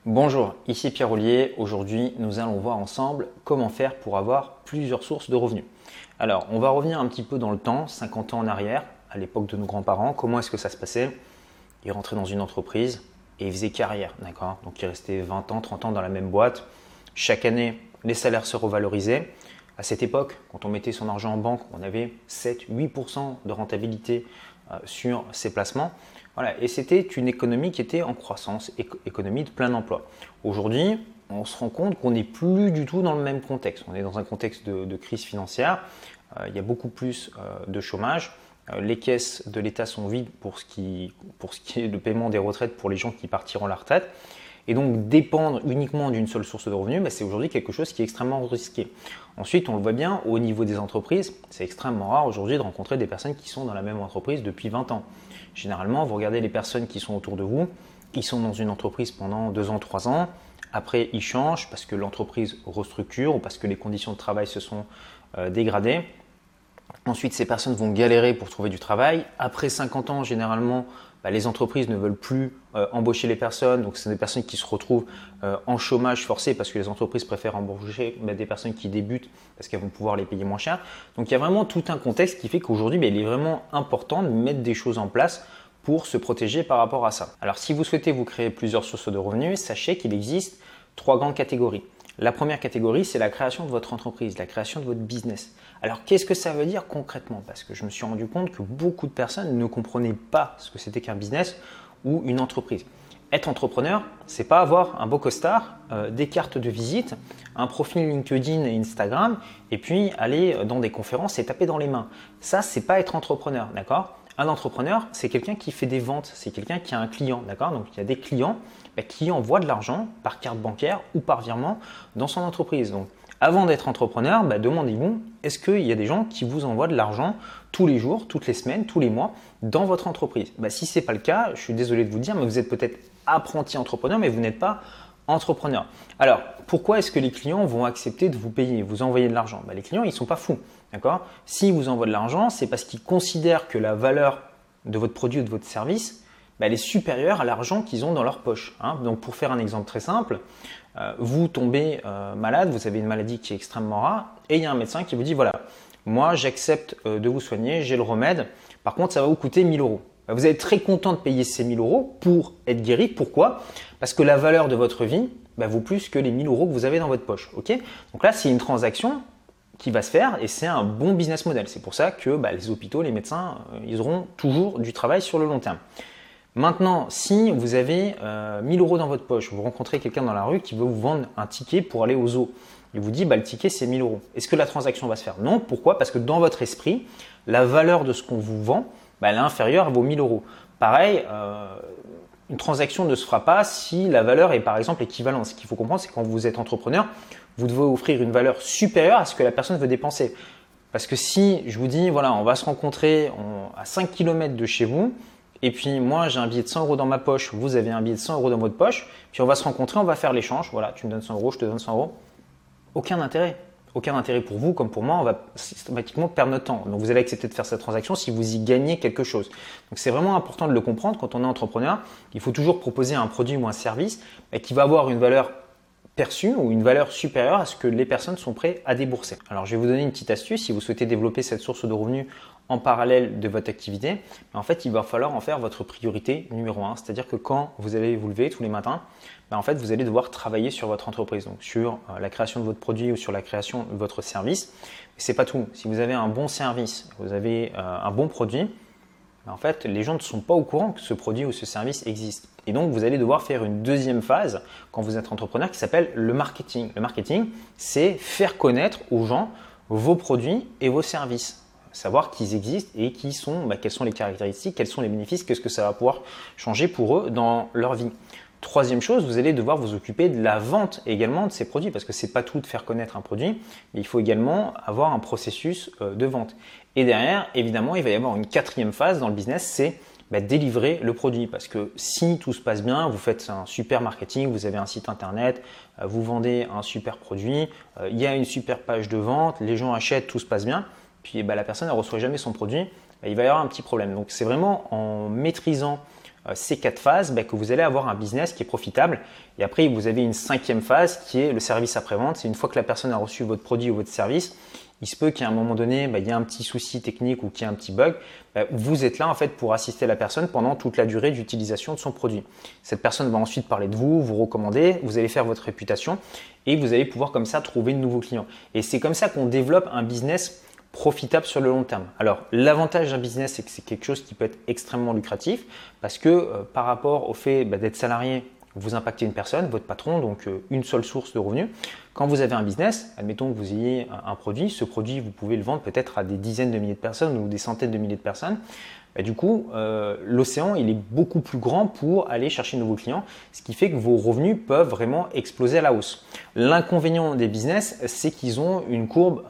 Bonjour, ici Pierre Ollier. Aujourd'hui, nous allons voir ensemble comment faire pour avoir plusieurs sources de revenus. Alors, on va revenir un petit peu dans le temps, 50 ans en arrière, à l'époque de nos grands-parents. Comment est-ce que ça se passait? Ils rentraient dans une entreprise et ils faisaient carrière, d'accord? Donc, ils restaient 20 ans, 30 ans dans la même boîte. Chaque année, les salaires se revalorisaient. À cette époque, quand on mettait son argent en banque, on avait 7-8% de rentabilité sur ses placements. Voilà, et c'était une économie qui était en croissance, économie de plein emploi. Aujourd'hui, on se rend compte qu'on n'est plus du tout dans le même contexte. On est dans un contexte de crise financière. Il y a beaucoup plus de chômage. Les caisses de l'État sont vides pour ce qui est le paiement des retraites pour les gens qui partiront à la retraite. Et donc dépendre uniquement d'une seule source de revenus, c'est aujourd'hui quelque chose qui est extrêmement risqué. Ensuite, on le voit bien au niveau des entreprises, c'est extrêmement rare aujourd'hui de rencontrer des personnes qui sont dans la même entreprise depuis 20 ans. Généralement, vous regardez les personnes qui sont autour de vous, ils sont dans une entreprise pendant 2 ans, 3 ans, après ils changent parce que l'entreprise restructure ou parce que les conditions de travail se sont dégradées. Ensuite, ces personnes vont galérer pour trouver du travail. Après 50 ans, généralement, les entreprises ne veulent plus embaucher les personnes. Donc, ce sont des personnes qui se retrouvent en chômage forcé parce que les entreprises préfèrent embaucher des personnes qui débutent parce qu'elles vont pouvoir les payer moins cher. Donc, il y a vraiment tout un contexte qui fait qu'aujourd'hui, il est vraiment important de mettre des choses en place pour se protéger par rapport à ça. Alors, si vous souhaitez vous créer plusieurs sources de revenus, sachez qu'il existe 3 grandes catégories. La première catégorie, c'est la création de votre entreprise, la création de votre business. Alors, qu'est-ce que ça veut dire concrètement? Parce que je me suis rendu compte que beaucoup de personnes ne comprenaient pas ce que c'était qu'un business ou une entreprise. Être entrepreneur, c'est pas avoir un beau costard, des cartes de visite, un profil LinkedIn et Instagram, et puis aller dans des conférences et taper dans les mains. Ça, c'est pas être entrepreneur, d'accord? Un entrepreneur, c'est quelqu'un qui fait des ventes, c'est quelqu'un qui a un client, d'accord? Donc, il y a des clients qui envoient de l'argent par carte bancaire ou par virement dans son entreprise. Donc, avant d'être entrepreneur, demandez-vous, est-ce qu'il y a des gens qui vous envoient de l'argent tous les jours, toutes les semaines, tous les mois dans votre entreprise? Si ce n'est pas le cas, je suis désolé de vous le dire, mais vous êtes peut-être apprenti entrepreneur, mais vous n'êtes pas entrepreneur. Alors, pourquoi est-ce que les clients vont accepter de vous payer, vous envoyer de l'argent? Les clients, ils ne sont pas fous. D'accord? S'ils vous envoient de l'argent, c'est parce qu'ils considèrent que la valeur de votre produit ou de votre service, elle est supérieure à l'argent qu'ils ont dans leur poche. Donc, pour faire un exemple très simple, vous tombez malade, vous avez une maladie qui est extrêmement rare et il y a un médecin qui vous dit, voilà, moi j'accepte de vous soigner, j'ai le remède, par contre ça va vous coûter 1000 euros. Vous êtes très content de payer ces 1000 euros pour être guéri. Pourquoi? Parce que la valeur de votre vie vaut plus que les 1000 euros que vous avez dans votre poche. Ok? Donc là, c'est une transaction qui va se faire et c'est un bon business model. C'est pour ça que les hôpitaux, les médecins, ils auront toujours du travail sur le long terme. Maintenant, si vous avez 1000 euros dans votre poche, vous rencontrez quelqu'un dans la rue qui veut vous vendre un ticket pour aller au zoo. Il vous dit, le ticket, c'est 1000 euros. Est-ce que la transaction va se faire? Non. Pourquoi? Parce que dans votre esprit, la valeur de ce qu'on vous vend, elle est inférieure à vos 1000 euros. Pareil, une transaction ne se fera pas si la valeur est par exemple équivalente. Ce qu'il faut comprendre, c'est que quand vous êtes entrepreneur, vous devez offrir une valeur supérieure à ce que la personne veut dépenser. Parce que si je vous dis, voilà, on va se rencontrer à 5 km de chez vous, et puis moi j'ai un billet de 100 euros dans ma poche, vous avez un billet de 100 euros dans votre poche, puis on va se rencontrer, on va faire l'échange, voilà, tu me donnes 100 euros, je te donne 100 euros. Aucun intérêt. Aucun intérêt pour vous comme pour moi, on va systématiquement perdre notre temps. Donc vous allez accepter de faire cette transaction si vous y gagnez quelque chose. Donc c'est vraiment important de le comprendre quand on est entrepreneur. Il faut toujours proposer un produit ou un service qui va avoir une valeur perçue ou une valeur supérieure à ce que les personnes sont prêtes à débourser. Alors je vais vous donner une petite astuce si vous souhaitez développer cette source de revenus en parallèle de votre activité. En fait, il va falloir en faire votre priorité numéro 1. C'est-à-dire que quand vous allez vous lever tous les matins, en fait, vous allez devoir travailler sur votre entreprise, donc sur la création de votre produit ou sur la création de votre service. Mais ce n'est pas tout. Si vous avez un bon service, vous avez un bon produit, en fait, les gens ne sont pas au courant que ce produit ou ce service existe. Et donc, vous allez devoir faire une deuxième phase quand vous êtes entrepreneur qui s'appelle le marketing. Le marketing, c'est faire connaître aux gens vos produits et vos services. Savoir qu'ils existent et quelles sont les caractéristiques, quels sont les bénéfices, qu'est-ce que ça va pouvoir changer pour eux dans leur vie. Troisième chose, vous allez devoir vous occuper de la vente également de ces produits parce que ce n'est pas tout de faire connaître un produit, mais il faut également avoir un processus de vente. Et derrière, évidemment, il va y avoir une quatrième phase dans le business, c'est délivrer le produit parce que si tout se passe bien, vous faites un super marketing, vous avez un site internet, vous vendez un super produit, il y a une super page de vente, les gens achètent, tout se passe bien, puis la personne ne reçoit jamais son produit, il va y avoir un petit problème. Donc c'est vraiment en maîtrisant ces 4 phases, que vous allez avoir un business qui est profitable. Et après, vous avez une 5e phase qui est le service après-vente. C'est une fois que la personne a reçu votre produit ou votre service, il se peut qu'à un moment donné, il y ait un petit souci technique ou qu'il y ait un petit bug. Vous êtes là en fait pour assister la personne pendant toute la durée d'utilisation de son produit. Cette personne va ensuite parler de vous, vous recommander, vous allez faire votre réputation et vous allez pouvoir comme ça trouver de nouveaux clients. Et c'est comme ça qu'on développe un business profitable sur le long terme. Alors, l'avantage d'un business, c'est que c'est quelque chose qui peut être extrêmement lucratif parce que par rapport au fait d'être salarié, vous impactez une personne, votre patron, donc une seule source de revenus. Quand vous avez un business, admettons que vous ayez un produit, ce produit, vous pouvez le vendre peut-être à des dizaines de milliers de personnes ou des centaines de milliers de personnes. Du coup, l'océan, il est beaucoup plus grand pour aller chercher de nouveaux clients, ce qui fait que vos revenus peuvent vraiment exploser à la hausse. L'inconvénient des business, c'est qu'ils ont une courbe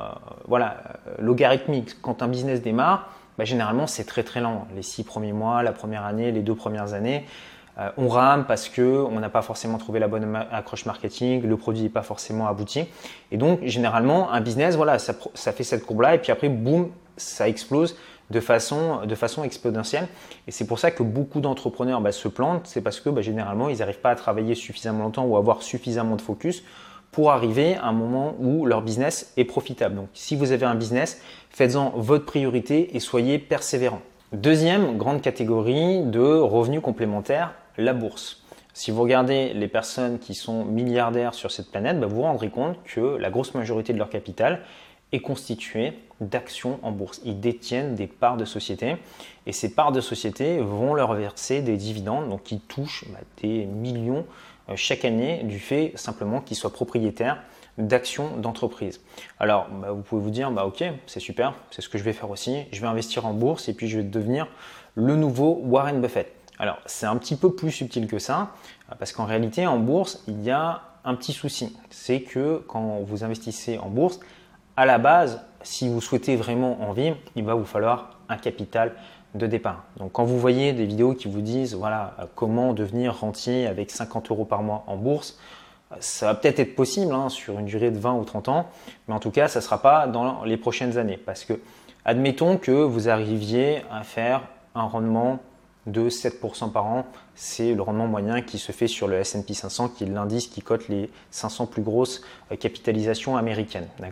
logarithmique. Quand un business démarre, généralement, c'est très très lent. Les 6 premiers mois, la première année, les 2 premières années, on rame parce qu'on n'a pas forcément trouvé la bonne accroche marketing, le produit n'est pas forcément abouti. Et donc, généralement, un business, ça fait cette courbe-là et puis après, boum, ça explose de façon exponentielle. Et c'est pour ça que beaucoup d'entrepreneurs se plantent. C'est parce que généralement, ils n'arrivent pas à travailler suffisamment longtemps ou à avoir suffisamment de focus pour arriver à un moment où leur business est profitable. Donc, si vous avez un business, faites-en votre priorité et soyez persévérant. Deuxième grande catégorie de revenus complémentaires, la bourse. Si vous regardez les personnes qui sont milliardaires sur cette planète, vous vous rendrez compte que la grosse majorité de leur capital est constituée d'actions en bourse. Ils détiennent des parts de société et ces parts de société vont leur verser des dividendes, donc ils touchent des millions chaque année du fait simplement qu'ils soient propriétaires d'actions d'entreprise. Alors, vous pouvez vous dire, ok, c'est super, c'est ce que je vais faire aussi. Je vais investir en bourse et puis je vais devenir le nouveau Warren Buffett. Alors, c'est un petit peu plus subtil que ça parce qu'en réalité, en bourse, il y a un petit souci. C'est que quand vous investissez en bourse, à la base, si vous souhaitez vraiment en vivre, il va vous falloir un capital de départ. Donc, quand vous voyez des vidéos qui vous disent comment devenir rentier avec 50 € par mois en bourse, ça va peut-être être possible sur une durée de 20 ou 30 ans, mais en tout cas, ça ne sera pas dans les prochaines années. Parce que, admettons que vous arriviez à faire un rendement de 7% par an, c'est le rendement moyen qui se fait sur le S&P 500, qui est l'indice qui cote les 500 plus grosses capitalisations américaines. D'accord ?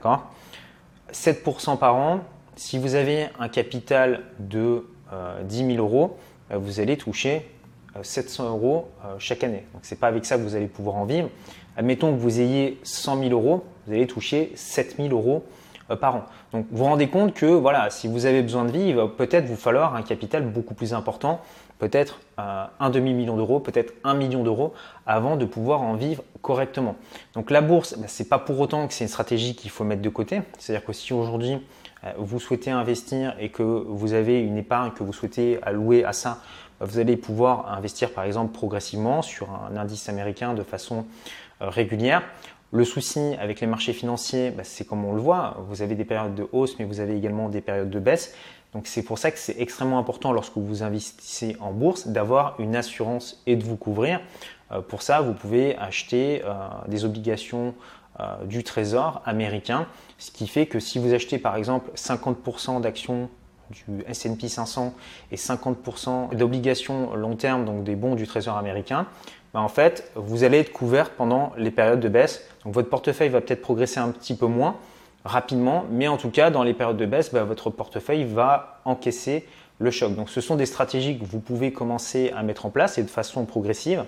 7% par an, si vous avez un capital de 10 000 €, vous allez toucher 700 € chaque année. Donc, ce n'est pas avec ça que vous allez pouvoir en vivre. Admettons que vous ayez 100 000 €, vous allez toucher 7 000 € par an. Donc, vous vous rendez compte que si vous avez besoin de vie, il va peut-être vous falloir un capital beaucoup plus important, peut-être un demi-million d'euros, peut-être 1 million d'euros avant de pouvoir en vivre correctement. Donc, la bourse, ce n'est pas pour autant que c'est une stratégie qu'il faut mettre de côté. C'est-à-dire que si aujourd'hui, vous souhaitez investir et que vous avez une épargne que vous souhaitez allouer à ça, vous allez pouvoir investir par exemple progressivement sur un indice américain de façon régulière. Le souci avec les marchés financiers, c'est comme on le voit, vous avez des périodes de hausse mais vous avez également des périodes de baisse. Donc c'est pour ça que c'est extrêmement important lorsque vous investissez en bourse d'avoir une assurance et de vous couvrir. Pour ça, vous pouvez acheter des obligations du Trésor américain, ce qui fait que si vous achetez par exemple 50% d'actions du S&P 500 et 50% d'obligations long terme, donc des bons du Trésor américain, en fait, vous allez être couvert pendant les périodes de baisse. Donc, votre portefeuille va peut-être progresser un petit peu moins rapidement, mais en tout cas, dans les périodes de baisse, votre portefeuille va encaisser le choc. Donc, ce sont des stratégies que vous pouvez commencer à mettre en place et de façon progressive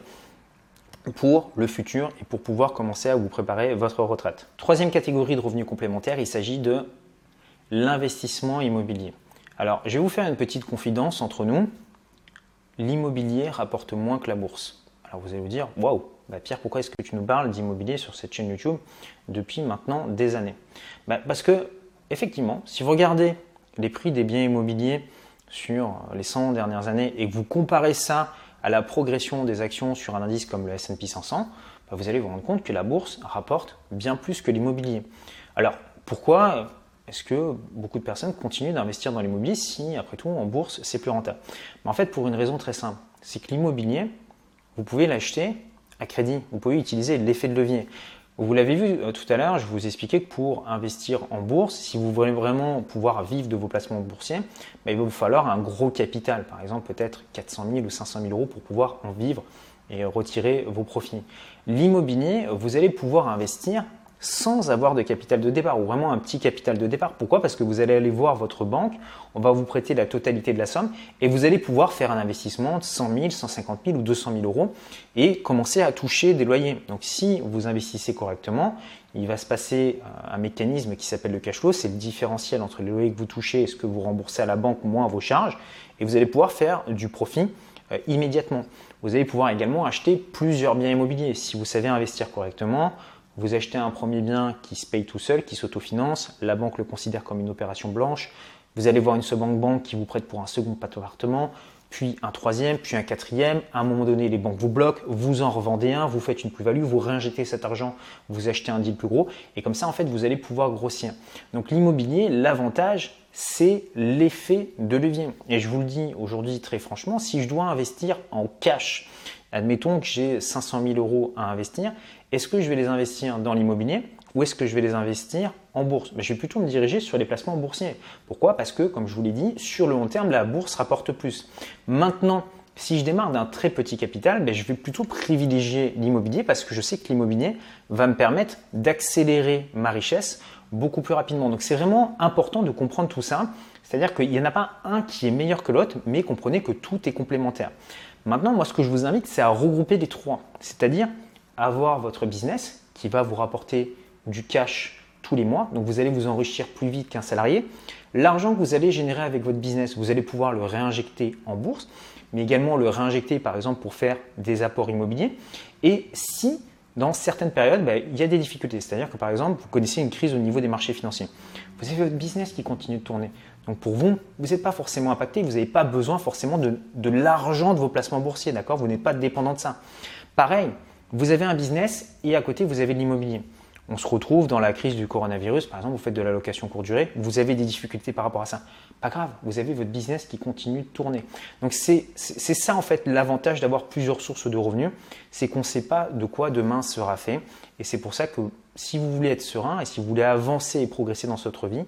pour le futur et pour pouvoir commencer à vous préparer votre retraite. Troisième catégorie de revenus complémentaires, il s'agit de l'investissement immobilier. Alors, je vais vous faire une petite confidence entre nous. L'immobilier rapporte moins que la bourse. Alors, vous allez vous dire, waouh, Pierre, pourquoi est-ce que tu nous parles d'immobilier sur cette chaîne YouTube depuis maintenant des années ? Parce que, effectivement, si vous regardez les prix des biens immobiliers sur les 100 dernières années et que vous comparez ça à la progression des actions sur un indice comme le S&P 500, vous allez vous rendre compte que la bourse rapporte bien plus que l'immobilier. Alors, pourquoi est-ce que beaucoup de personnes continuent d'investir dans l'immobilier si, après tout, en bourse, c'est plus rentable ? En fait, pour une raison très simple, c'est que l'immobilier, vous pouvez l'acheter à crédit, vous pouvez utiliser l'effet de levier. Vous l'avez vu tout à l'heure, je vous expliquais que pour investir en bourse, si vous voulez vraiment pouvoir vivre de vos placements boursiers, il va vous falloir un gros capital, par exemple peut-être 400 000 ou 500 000 euros pour pouvoir en vivre et retirer vos profits. L'immobilier, vous allez pouvoir investir sans avoir de capital de départ ou vraiment un petit capital de départ. Pourquoi? Parce que vous allez aller voir votre banque, on va vous prêter la totalité de la somme et vous allez pouvoir faire un investissement de 100 000, 150 000 ou 200 000 euros et commencer à toucher des loyers. Donc si vous investissez correctement, il va se passer un mécanisme qui s'appelle le cash flow, c'est le différentiel entre les loyers que vous touchez et ce que vous remboursez à la banque moins vos charges et vous allez pouvoir faire du profit immédiatement. Vous allez pouvoir également acheter plusieurs biens immobiliers. Si vous savez investir correctement, vous achetez un premier bien qui se paye tout seul, qui s'autofinance, la banque le considère comme une opération blanche. Vous allez voir une seconde banque qui vous prête pour un second appartement, puis un troisième, puis un quatrième. À un moment donné, les banques vous bloquent, vous en revendez un, vous faites une plus-value, vous réinjectez cet argent, vous achetez un deal plus gros. Et comme ça, en fait, vous allez pouvoir grossir. Donc l'immobilier, l'avantage, c'est l'effet de levier. Et je vous le dis aujourd'hui très franchement, si je dois investir en cash, admettons que j'ai 500 000 euros à investir, est-ce que je vais les investir dans l'immobilier ou est-ce que je vais les investir en bourse? Je vais plutôt me diriger sur les placements boursiers. Pourquoi? Parce que, comme je vous l'ai dit, sur le long terme, la bourse rapporte plus. Maintenant, si je démarre d'un très petit capital, je vais plutôt privilégier l'immobilier parce que je sais que l'immobilier va me permettre d'accélérer ma richesse beaucoup plus rapidement. Donc, c'est vraiment important de comprendre tout ça. C'est-à-dire qu'il n'y en a pas un qui est meilleur que l'autre, mais comprenez que tout est complémentaire. Maintenant, moi, ce que je vous invite, c'est à regrouper les trois. C'est-à-dire avoir votre business qui va vous rapporter du cash tous les mois. Donc, vous allez vous enrichir plus vite qu'un salarié. L'argent que vous allez générer avec votre business, vous allez pouvoir le réinjecter en bourse, mais également le réinjecter, par exemple, pour faire des apports immobiliers. Et si, dans certaines périodes, il y a des difficultés, c'est-à-dire que, par exemple, vous connaissez une crise au niveau des marchés financiers. Vous avez votre business qui continue de tourner. Donc, pour vous, vous n'êtes pas forcément impacté, vous n'avez pas besoin forcément de l'argent de vos placements boursiers, d'accord? Vous n'êtes pas dépendant de ça. Pareil, vous avez un business et à côté, vous avez de l'immobilier. On se retrouve dans la crise du coronavirus, par exemple, vous faites de la location courte durée, vous avez des difficultés par rapport à ça. Pas grave, vous avez votre business qui continue de tourner. Donc, c'est ça en fait l'avantage d'avoir plusieurs sources de revenus, c'est qu'on ne sait pas de quoi demain sera fait. Et c'est pour ça que si vous voulez être serein et si vous voulez avancer et progresser dans votre vie,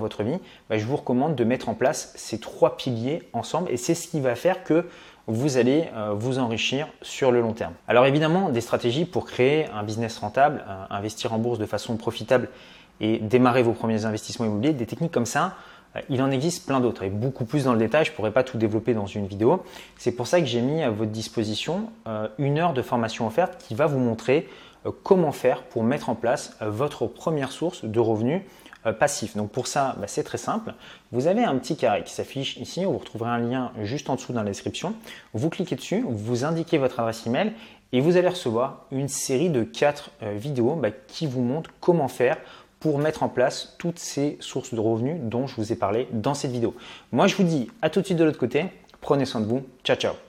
je vous recommande de mettre en place ces trois piliers ensemble et c'est ce qui va faire que vous allez vous enrichir sur le long terme. Alors évidemment, des stratégies pour créer un business rentable, investir en bourse de façon profitable et démarrer vos premiers investissements immobiliers, des techniques comme ça, il en existe plein d'autres et beaucoup plus dans le détail. Je ne pourrais pas tout développer dans une vidéo. C'est pour ça que j'ai mis à votre disposition 1 heure de formation offerte qui va vous montrer comment faire pour mettre en place votre première source de revenus passif. Donc pour ça, c'est très simple. Vous avez un petit carré qui s'affiche ici. Vous retrouverez un lien juste en dessous dans la description. Vous cliquez dessus, vous indiquez votre adresse email et vous allez recevoir une série de 4 vidéos qui vous montrent comment faire pour mettre en place toutes ces sources de revenus dont je vous ai parlé dans cette vidéo. Moi, je vous dis à tout de suite de l'autre côté. Prenez soin de vous. Ciao, ciao.